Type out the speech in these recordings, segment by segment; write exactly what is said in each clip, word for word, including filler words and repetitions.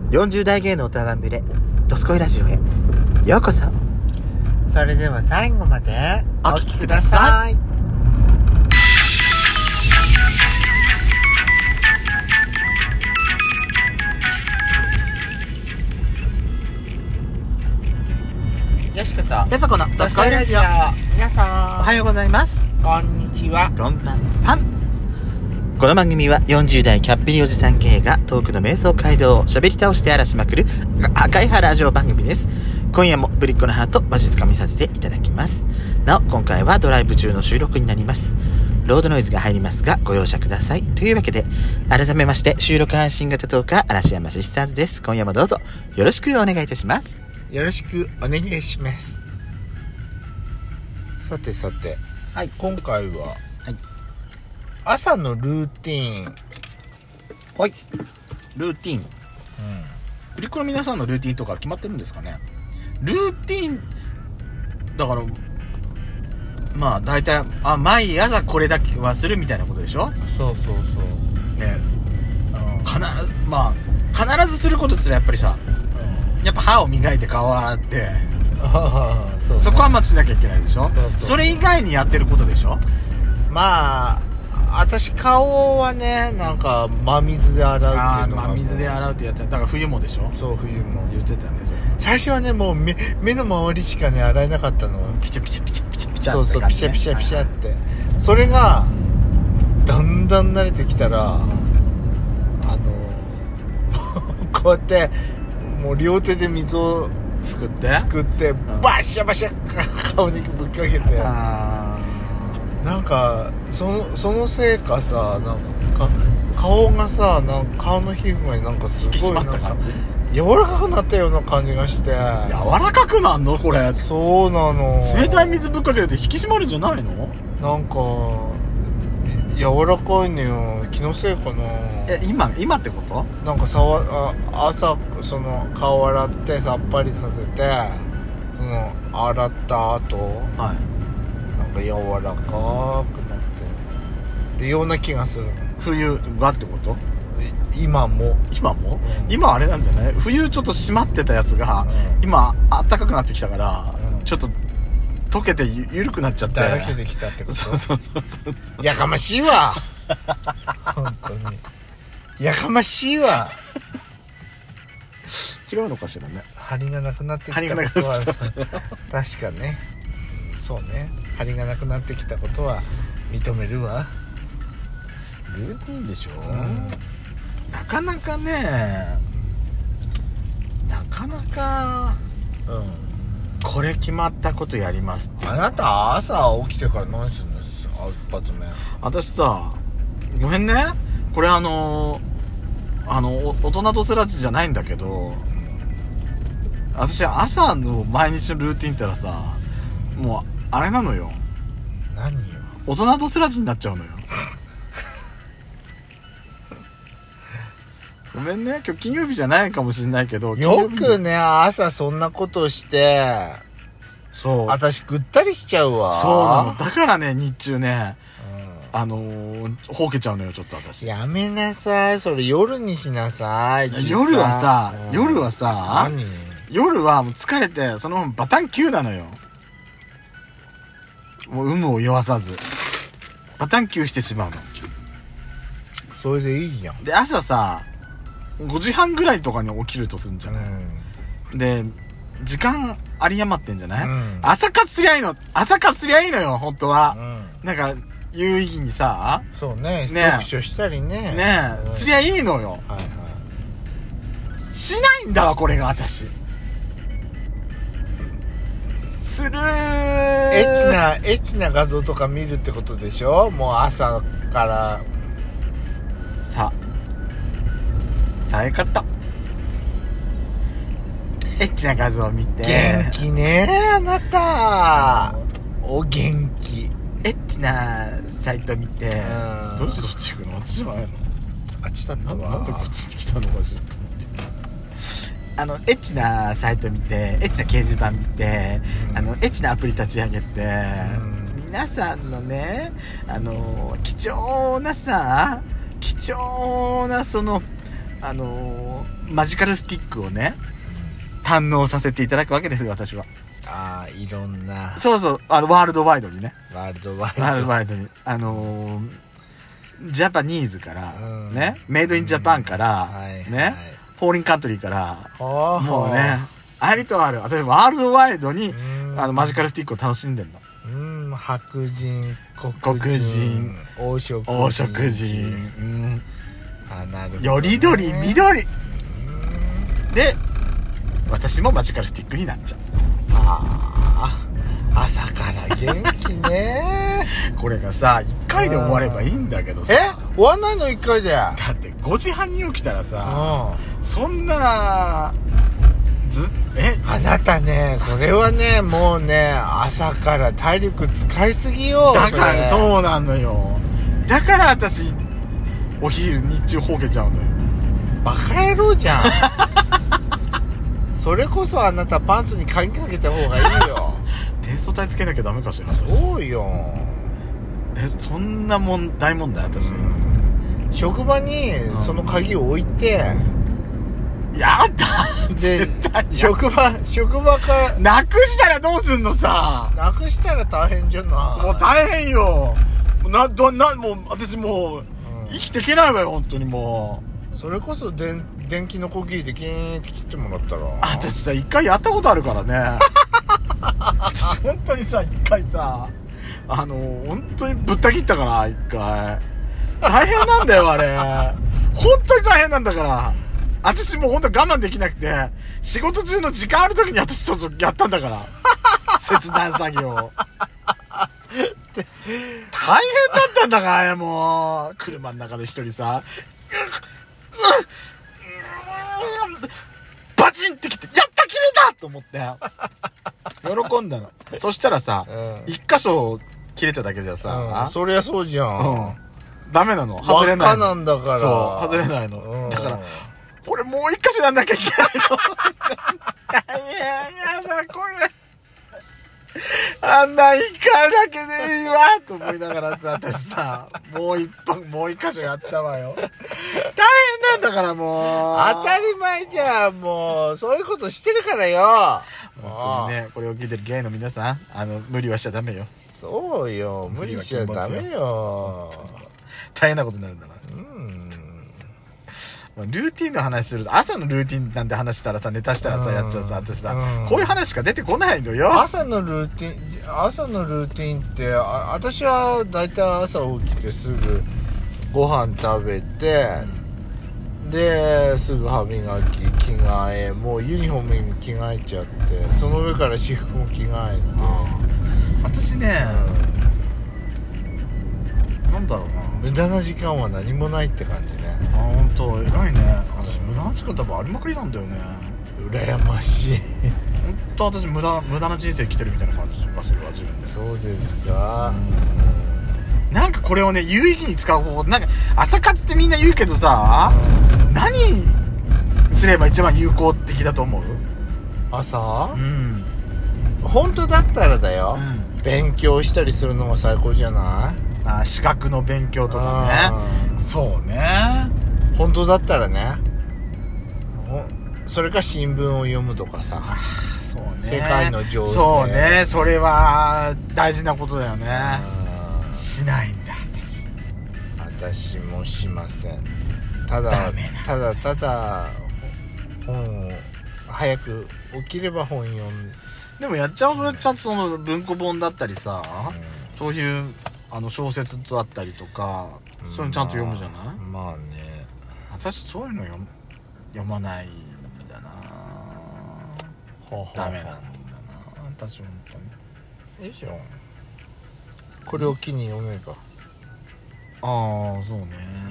よんじゅう代芸能歌番組ドスコイラジオへようこそ。 それでは最後までお聞きください。 よしことペソコのドスコイラジオ、 皆さんおはようございます。 こんにちは。 こんばんは。この番組はよんじゅう代キャッピリおじさん芸がトークの瞑想街道を喋り倒して荒らしまくる赤い葉ラジオ番組です。今夜もぶりっ子のハートわしづかみさせていただきます。なお今回はドライブ中の収録になります。ロードノイズが入りますがご容赦ください。というわけで改めまして収録配信型トーカー嵐山シスターズです。今夜もどうぞよろしくお願いいたします。 よろしくお願いします。さてさて、はい、今回は、はい、朝のルーティーン。 はい、ルーティーン、うん、ぶりっ子の皆さんのルーティーンとか決まってるんですかね。ルーティーンだからまあ大体あ毎朝これだけはするみたいなことでしょ。 そうそうそうね、うん、必ずまあ必ずすることってやっぱりさ、うん、やっぱ歯を磨いて顔を洗ってあそう、ね、 そこはまずしなきゃいけないでしょ。 そうそう、 それ以外にやってることでしょ。 まあ私顔はねなんか真水で洗うっていうのが、 真水で洗うってやつだから冬もでしょ。 そう冬も言ってたよね。それ最初はねもう 目, 目の周りしかね洗えなかったの。 ピチャピチャピチャピチャピチャ、 そうそうピシャピシャピシャって、それがだんだん慣れてきたら、あのこうやってもう両手で水をすくってすくってバシャバシャ顔にぶっかけて、あなんかそのそのせいかさなんか顔がさなんか顔の皮膚がなんかすごいなんか柔らかくなったような感じがして。柔らかくなんのこれ。 そうなの。 冷たい水ぶっかけると引き締まるんじゃないの。 なんか柔らかいのよ。気のせいかな。 え今今ってこと。 なんかさわあ朝その顔洗ってさっぱりさせてその洗った後、はい、なんか柔らかくなってるような気がする。冬がってこと。 今も今も、うん、今あれなんじゃない。冬ちょっと締まってたやつが、うん、今暖かくなってきたから、うん、ちょっと溶けて ゆ, 緩くなっちゃってだらけてきたってこと。 そうそうそうそうそう。 やかましいわ本当にやかましいわ違うのかしらね。 張りがなくなってきたことは確かね、そうね、張りがなくなってきたことは認めるわ。 ルーティンでしょ、うん、なかなかねなかなか、うん、これ決まったことやりますっていう。 あなた朝起きてから何するんですか。一発目私さごめんね、これあのあの大人とスラッジじゃないんだけど、うん、私朝の毎日のルーティンったらさもうあれなのよ。 何よ。 大人とスラッジになっちゃうのよごめんね、今日金曜日じゃないかもしれないけどよくね朝そんなことしてそう私ぐったりしちゃうわ。 そうなの。だからね日中ね、うん、あのー、ほうけちゃうのよちょっと私。 やめなさいそれ。夜にしなさい。 夜はさ、うん、夜はさ何夜はもう疲れてそのままバタンキューなのよ。もう有無を言わさずバタンキューしてしまうの。 それでいいじゃん。 で朝さごじはんぐらいとかに起きるとするんじゃない、うん、で時間有り余ってんじゃない、うん、朝活すりゃいいの。朝活すりゃいいのよ本当は、うん、なんか有意義にさそうねね読書したりねねえ、うん、すりゃいいのよ、はいはい、しないんだわこれが私。するーエッチなエッチな画像とか見るってことでしょ。もう朝からささえかったエッチな画像を見て元気ねあなた。お元気。 エッチなサイト見てどうしてどっち行くの。あっちじゃないの。 あっちだったわ。 なんでこっちに来たのかしら。あのエッチなサイト見てエッチな掲示板見て、うん、あのエッチなアプリ立ち上げて、うん、皆さんのねあの貴重なさ貴重なそのあのー、マジカルスティックをね堪能させていただくわけですよ私は。 ああ、いろんな、 そうそう、あのワールドワイドにね、 ワールドワイドワールドワイドにあのー、ジャパニーズから、 うん、 ねメイドインジャパンから、 うん、はい、 ね、はい、フォーリンカントリーから、もうねありとある、私ワールドワイドにあのマジカルスティックを楽しんでんの。 うん、白人、黒人、 黒人、 黄色人、 黄色人、うん、 あ、なるほどね、 よりどり緑で私もマジカルスティックになっちゃう。 ああ、朝から元気ねこれがさいっかいで終わればいいんだけどさ、 え終わんないのいっかいで。 だってごじはんに起きたらさ、そんなずえあなたね、それはね、もうね、朝から体力使いすぎよ。 だからそうなのよ。だから私お昼日中ほうけちゃうのよ。 バカ野郎じゃんそれこそあなたパンツに鍵かけた方がいいよ低素体つけなきゃダメかしら。 そうよ。 え、そんなもん大問題私、うん、 職場にその鍵を置いて、 うん、やだで職場職場からなくしたらどうすんのさ。 なくしたら大変じゃない。 もう大変よ。などなもう私もう、うん、生きていけないわよ本当に。もうそれこそ電電気のこぎりでキーンって切ってもらったら。 私さ一回やったことあるからね私本当にさ一回さあの本当にぶった切ったから一回。大変なんだよあれ本当に大変なんだから。私もう本当我慢できなくて仕事中の時間ある時に私ちょっとやったんだから切断作業大変だったんだからね。もう車の中で一人さバチンってきてやった切れたと思って喜んだの。そしたらさ、うん、一箇所切れただけじゃさ、 うん、そりゃそうじゃん、うん、 ダメなの。外れないの。 輪っかなんだから。 そう外れないの、うん、だからこれもう一箇所やんなきゃいけないのいややだこれあんな一回だけでいいわと思いながらさ私さもう一本もう一箇所やったわよ。大変なんだからもう当たり前じゃん。もうそういうことしてるからよ。 本当にねこれを聞いてるゲイの皆さんあの無理はしちゃダメよ。 そうよ無理しちゃダメよ。 大変なことになるんだから。うんルーティンの話すると朝のルーティンなんて話したらさネタしたらさやっちゃうさ私さ、うん、こういう話しか出てこないのよ。 朝のルーティン朝のルーティンってあ私はだいたい朝起きてすぐご飯食べて、うん、ですぐ歯磨き着替えもうユニフォームに着替えちゃってその上から私服も着替えて、 うん、私ね、うん、なんだろうな無駄な時間は何もないって感じね。 あ、ほんと偉いね。私無駄な時間多分ありまくりなんだよね。 羨ましいほんと私無駄無駄な人生生きてるみたいな感じがするわ自分で。 そうですか。 うんなんかこれをね有意義に使う方法なんか朝活ってみんな言うけどさ、うん、何すれば一番有効的だと思う？ 朝？ うん本当だったらだよ、 うん、勉強したりするのが最高じゃない？ あ資格の勉強とかね。そうね本当だったらね。それか新聞を読むとかさ。 そうね世界の情勢。 そうねそれは大事なことだよね。しないんだ私。私もしません。ただただただ本を早く起きれば本読む。 でもやっちゃうとちゃんとその文庫本だったりさ、うん、そういうあの小説だったりとか、うん、そういうのちゃんと読むじゃない？ まあ、まあね私そういうの 読, 読まないんだな。 ははダメなんだな私本当に。 いいじゃんこれを機に読めば。 ああそうね、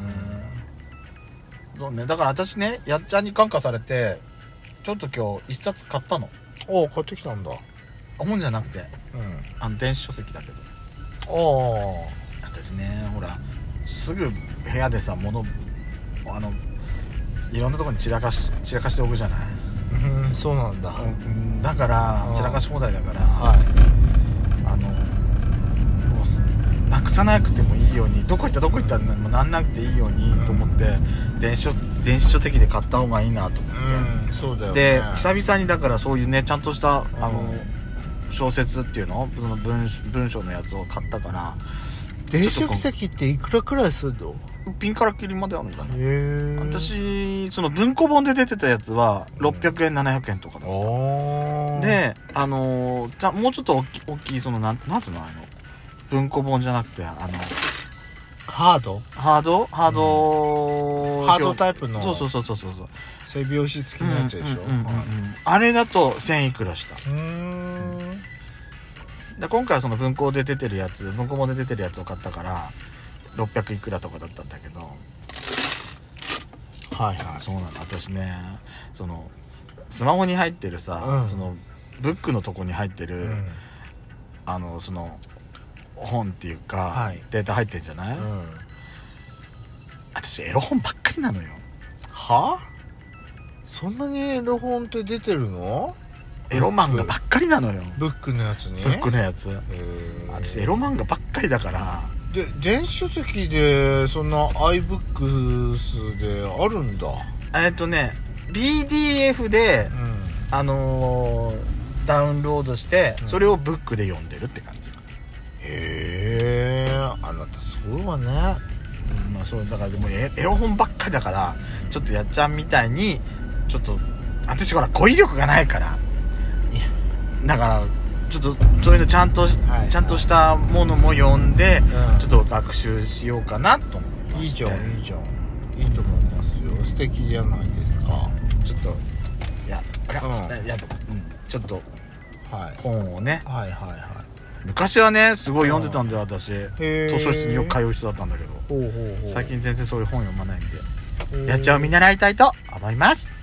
うん、そうねだから私ねやっちゃんに感化されてちょっと今日一冊買ったの。 おお買ってきたんだ。 本じゃなくて、うん、あの電子書籍だけど。おお私ねほらすぐ部屋でさ物あのいろんなところに散らかし散らかしておくじゃない。 うんそうなんだ、 うん、だから散らかし放題だから、はい、あのもうなくさなくてもいいようにどこ行ったどこ行ったらもうなんなくていいようにと思って、うん、電子書電子書籍で買った方がいいなと思って、 うん、そうだよね。 で久々にだからそういうねちゃんとした、 うん、 あの小説っていうのその 文, 文章のやつを買ったから。 電子書籍っていくらくらいするの？ ピンからキリまであるんだね。 へー。 私その文庫本で出てたやつはろっぴゃくえん、うん、ななひゃくえんとかだった。であのー、じゃもうちょっと大きい大きいそのなんなんつうのあの文庫本じゃなくてあのハードハードハード、 うん、ハードタイプのそうそうそうそうそう背表紙付きのやつでしょ、 うんうんうんうん、あれだとせんいくらした。 うーんで今回はその文庫で出てるやつ文庫本で出てるやつを買ったからろっぴゃくいくらとかだったんだけど、 はいはい、 そうなの。私ねそのスマホに入ってるさ、うん、そのブックのとこに入ってる、うん、あのその本っていうか、はい、データ入ってるじゃない、うん、私エロ本ばっかりなのよ。 は？そんなにエロ本って出てるの？ エロ漫画ばっかりなのよ。 ブックのやつにブックのやつ。私エロ漫画ばっかりだから。 で電子書籍でそんな iBooks であるんだ。 えっとね ビーディーエフ で、うん、あのー、ダウンロードして、うん、それをブックで読んでるって感じ。 へえ、あなたすごいわね。うん、 まあそうだからでもエロ本ばっかりだからちょっとやっちゃんみたいにちょっと私ほら語彙力がないから。だからちょっとそういうのちゃんと、はいはい、ちゃんとしたものも読んで、うん、ちょっと学習しようかなと思って。 いいじゃんいいじゃんいいと思いますよ。素敵じゃないですか。 ちょっといやあれ、うん、やっぱ、うん、ちょっと、はい、本をね、はいはいはい、昔はねすごい読んでたんで私図書室によく通う人だったんだけど、ほうほうほう、最近全然そういう本読まないんでやっちゃんを見習いたいと思います。